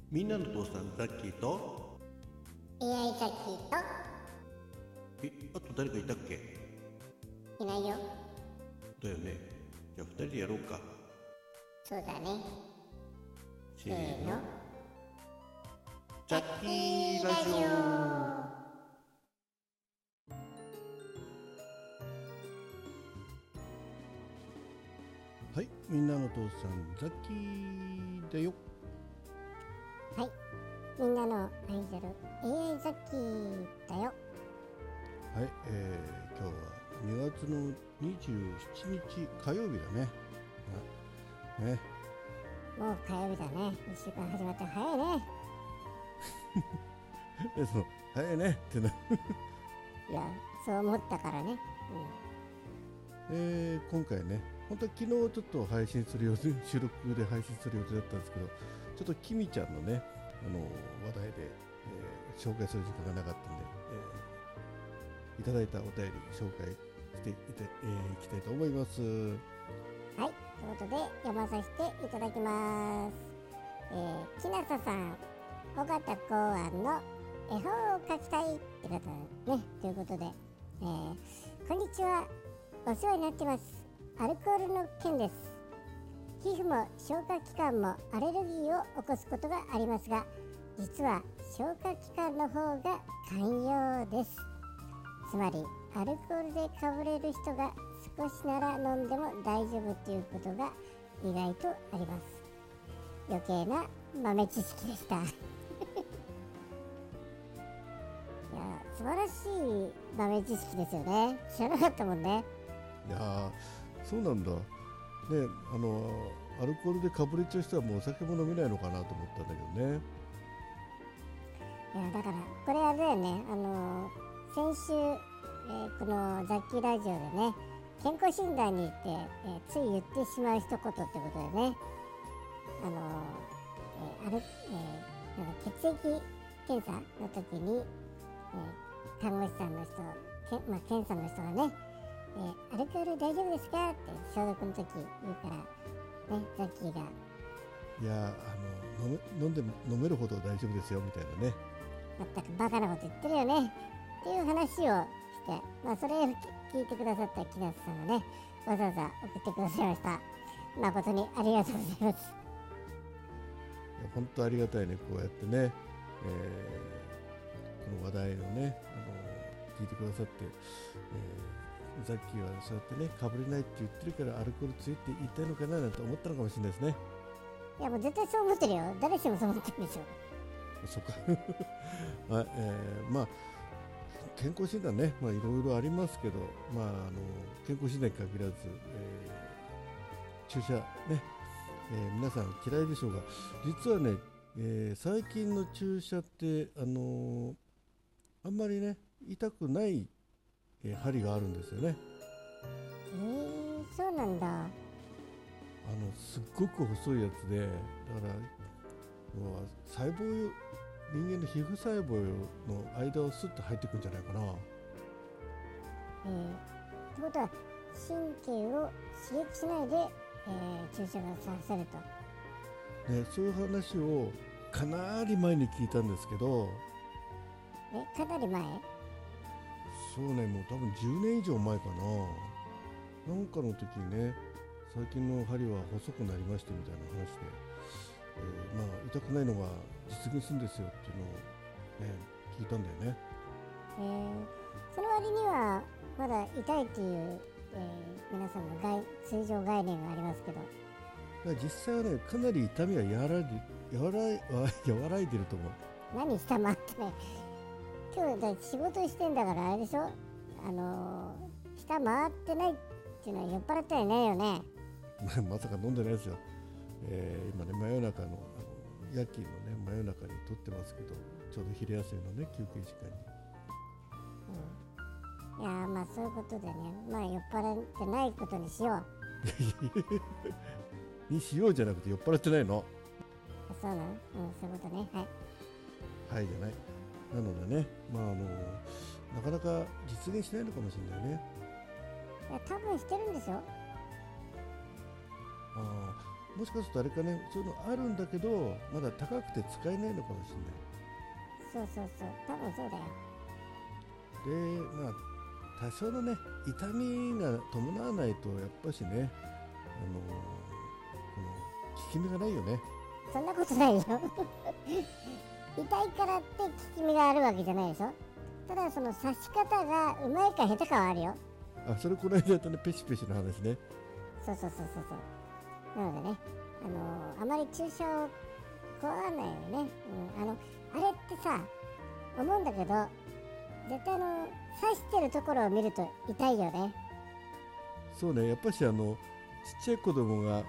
みんなの父さんザッキーと AI ザッキーあと誰かいたっけ？ といないよ。 だよね。じゃあ2人でやろうか。 そうだね。 せーの、ザッキーラジオ。はい、みんなの父さんザッキーだよ。 はい、みんなのアイドル AI ザッキーだよ。 はい、今日は2月の27日火曜日だね。ね、 もう火曜日だね。1週間始まって早いね。 そう早いねってな。 いや、そう思ったからね。 今回ね、本当は昨日ちょっと配信する予定、収録で配信する予定だったんですけど、ちょっとキミちゃんのね、話題で、紹介する時間がなかったんで、いただいたお便り紹介していきたいと思います。 はい、ということで読まさせていただきます。きなささん、尾形考案の絵本を描きたいって方ね。ということで、こんにちは。お世話になってます。アルコールの件です。皮膚も消化器官もアレルギーを起こすことがありますが、実は消化器官の方が寛容です。つまりアルコールでかぶれる人が少しなら飲んでも大丈夫ということが意外とあります。余計な豆知識でした。いや、素晴らしい豆知識ですよね。知らなかったもんね。 いやー、そうなんだね。アルコールでかぶれちゃう人はもうお酒も飲めないのかなと思ったんだけどね。 いや、だからこれあれだよね。先週、このザッキーラジオでね、健康診断に行って、つい言ってしまう一言ってことでね、なんか血液検査の時に、看護師さんの人、検査の人がね、アルコール大丈夫ですかって消毒の時言うからね、ザッキーがいや飲めるほど大丈夫ですよみたいなね。 全くバカなこと言ってるよねっていう話をして、それを聞いてくださった木梨さんがね、わざわざ送ってくださいました。誠にありがとうございます。 本当ありがたいね、こうやってね、この話題のね、聞いてくださって、ザッキーはそうやってね、かぶれないって言ってるからアルコールついて言いたいのかななんて思ったのかもしれないですね。 いや、もう絶対そう思ってるよ。誰しもそう思ってるでしょ。 そうか。はい、健康診断ね、いろいろありますけど、健康診断に限らず、注射ね、皆さん嫌いでしょうが、実はね、最近の注射ってあんまりね痛くない、針があるんですよね。 そうなんだ。 すっごく細いやつで、だから細胞よ、人間の皮膚細胞の間をスッと入ってくんじゃないかな。 ってことは神経を刺激しないで、注射が刺さると、 ね、そういう話をかなり前に聞いたんですけど、 かなり前。 そうね、もう多分10年以上前かな。なんかの時にね、最近の針は細くなりましてみたいな話で、痛くないのが実現するんですよっていうのを、ね、聞いたんだよね。 その割にはまだ痛いっていう、皆さんの通常概念がありますけど、 実際はね、かなり痛みは和らいでると思う。 何下回ってね。今日だって仕事してんだからあれでしょ。下回ってないっていうのは酔っ払ってはいないよね。 まさか飲んでないですよ。今ね、真夜中の夜勤のね、真夜中に撮ってますけど、ちょうど昼休みのね、休憩時間に。 いや、そういうことでね、酔っ払ってないことにしよう。にしようじゃなくて酔っ払ってないの。 そうなの？そういうことね。 はいじゃない。なのでね、なかなか実現しないのかもしれないね。 いや、多分してるんですよ。 もしかするとあれかね、そういうのあるんだけどまだ高くて使えないのかもしそうそうそう、多分そうだよ。 れない。でまあ多少のね痛みが伴わないとやっぱしね、この効き目がないよね。 そんなことないよ痛いからって効き目があるわけじゃないでしょ。ただその刺し方がうまいか下手かはあるよ。 あ、それこの間やったね、ペシペシの話ね。 そうそうそうそうそう。なのでね、あまり注射を怖がらないようにね、あれってさ、思うんだけど、絶対刺してるところを見ると痛いよね。 そうね、やっぱしちっちゃい子供が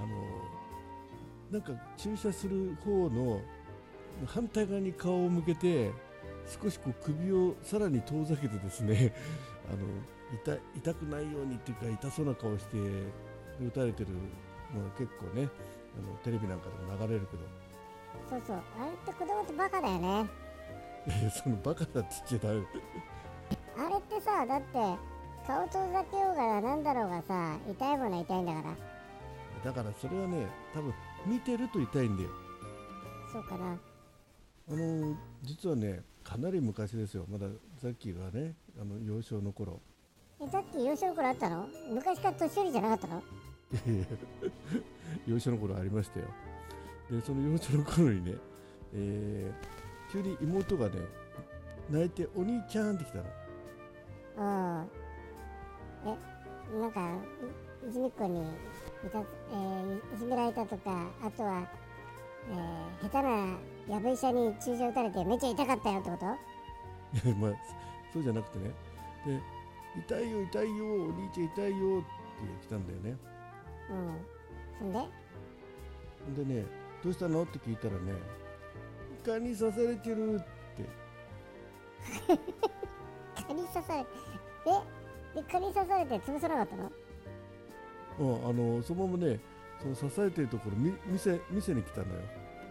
なんか注射する方の反対側に顔を向けて少しこう首をさらに遠ざけてですね痛くないようにっていうか痛そうな顔して打たれてるのが結構ねテレビなんかでも流れるけど、 そうそう、あれって子供ってバカだよね。 そのバカだって言っちゃダメ。 あれってさ、だって顔遠ざけようがなんだろうがさ、痛いものは痛いんだから。 だからそれはね、多分見てると痛いんだよ。 そうかな。 実はね、かなり昔ですよ。まだザッキーがね幼少の頃。 さっき幼少の頃あったの？昔から年寄りじゃなかったの？ いやいや幼少の頃ありましたよ。でその幼少の頃にね、急に妹がね泣いてお兄ちゃんって来たの。 なんかいじめっ子にいじめられたとか、あとは、下手なやぶ医者に注射打たれてめっちゃ痛かったよってこと？ いやまあそうじゃなくてね、で痛いよ痛いよお兄ちゃん痛いよって来たんだよね。 そんでね、どうしたのって聞いたらね、蚊に刺されてるって蚊に刺されて、で蚊に刺されて潰さなかったの？ そのままね、その刺されてるところ見せに来たのよ。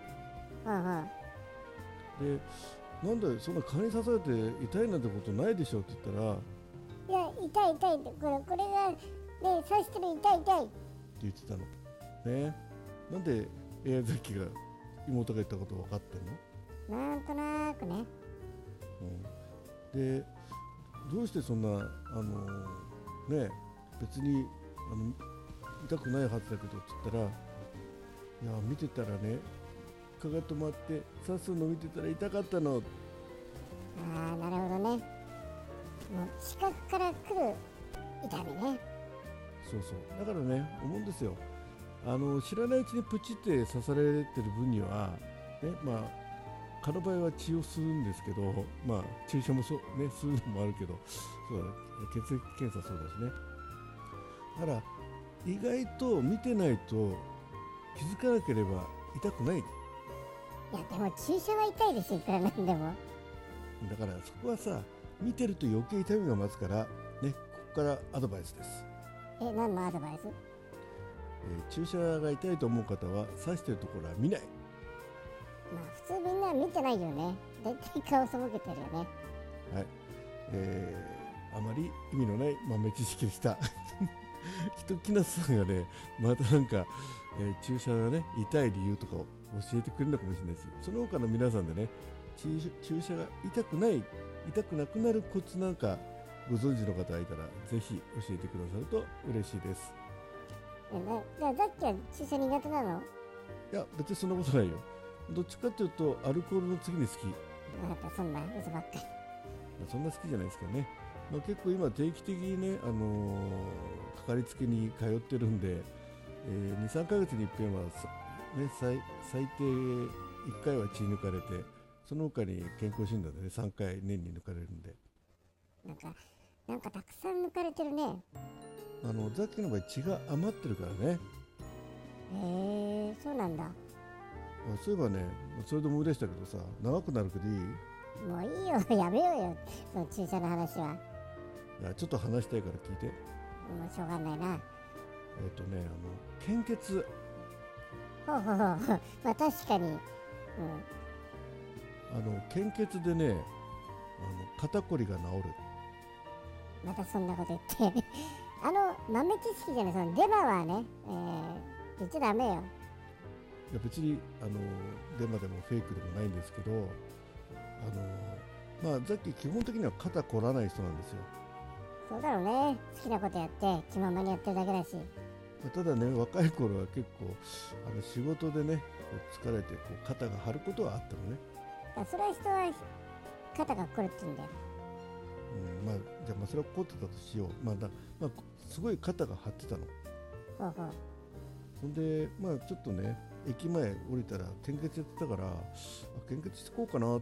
で、なんだよそんな蚊に刺されて痛いなんてことないでしょって言ったら、 いや痛い痛いって、これがね刺してる痛い痛いって言ってたのね。なんでザッキが妹が言ったこと分かってんの？ なんとなくね。 でどうしてそんなね別に痛くないはずだけどって言ったら、いや見てたらね蚊が止まって刺すの見てたら痛かったの。 なるほどね。もう視覚から来る痛みね。 そうだからね思うんですよ。知らないうちにプチって刺されてる分にはね、まあ蚊の場合は血を吸うんですけど、まあ注射もそうね吸うのもあるけど、そうだ血液検査そうだしね。だから意外と見てないと気づかなければ痛くない。 いやでも注射は痛いですよ、いくらなんでも。 だからそこはさ、見てると余計痛みが増すからね、ここからアドバイスです。 何のアドバイス？ 注射が痛いと思う方は刺してるところは見ない。 まあ普通みんな見てないよね。だいたい顔背けてるよね。 はい、あまり意味のない豆知識でしたきっと木梨さんがねまたなんか、注射がね痛い理由とかを教えてくれるのかもしれないし、その他の皆さんでね注射が痛くなくなるコツなんかご存知の方がいたらぜひ教えてくださると嬉しいです。 じゃあザッキーは注射苦手なの？ いや別にそんなことないよ。どっちかというとアルコールの次に好き。 またそんな嘘ばっかり。 そんな好きじゃないですけどね、結構今定期的にね、かかりつけに通ってるんで、2、3ヶ月に一遍は、ね、最低1回は血抜かれて、その他に健康診断で、ね、3回年に抜かれるんで、 なんかたくさん抜かれてるね。 ザッキーの場合血が余ってるからね。 そうなんだ。 そういえばね、それで思い出したけどさ、長くなるけどいい？ もういいよ、やめようよ、その注射の話は。 いやちょっと話したいから聞いて。 もうしょうがないな。 献血。 まあ確かに。 献血でね、肩こりが治る。 またそんなこと言って豆知識じゃない、そのデマはね、 言っちゃダメよ。 いや別にデマでもフェイクでもないんですけど、ザッキー基本的には肩凝らない人なんですよ。 そうだろうね。好きなことやって気ままにやってるだけだし。 ただね、若い頃は結構仕事でねこう疲れてこう肩が張ることはあったのね。 それは人は肩が凝るって言うんだよ。 じゃあそれは凝ってたとしよう。すごい肩が張ってたの。 ほうほう。 そんでちょっとね駅前降りたら献血やってたから献血してこうかなと思って、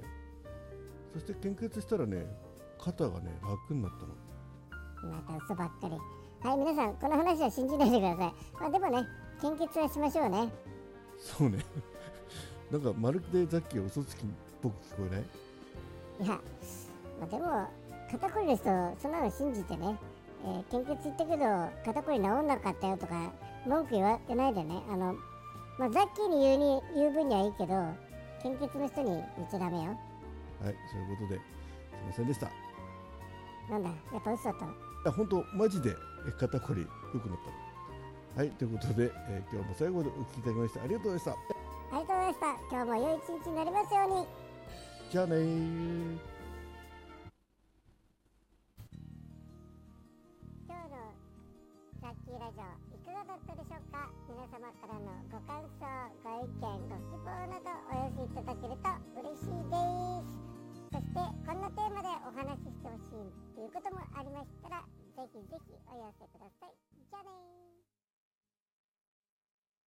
そして献血したらね肩がね楽になったの。 また嘘ばっかり。はい、皆さんこの話は信じないでください。でもね、献血はしましょうね。 そうねなんかまるでザッキーは嘘つきっぽく聞こえない？ いや、でも肩こりの人そんなの信じてね、献血行ったけど肩こり治んなかったよとか文句言われないでね。ザッキーに言う分にはいいけど、献血の人に言っちゃダメよ。 はい、そういうことですいませんでした。 なんだ、やっぱ嘘だったの？ 本当マジで肩こり良くなったの。はい、ということで、今日も最後までお聞きいただきましてありがとうございました。 ありがとうございました。今日も良い一日になりますように。 じゃあねー。 今日のザッキーラジオいかがだったでしょうか。皆様からのご感想、ご意見、ご希望などお寄せいただけ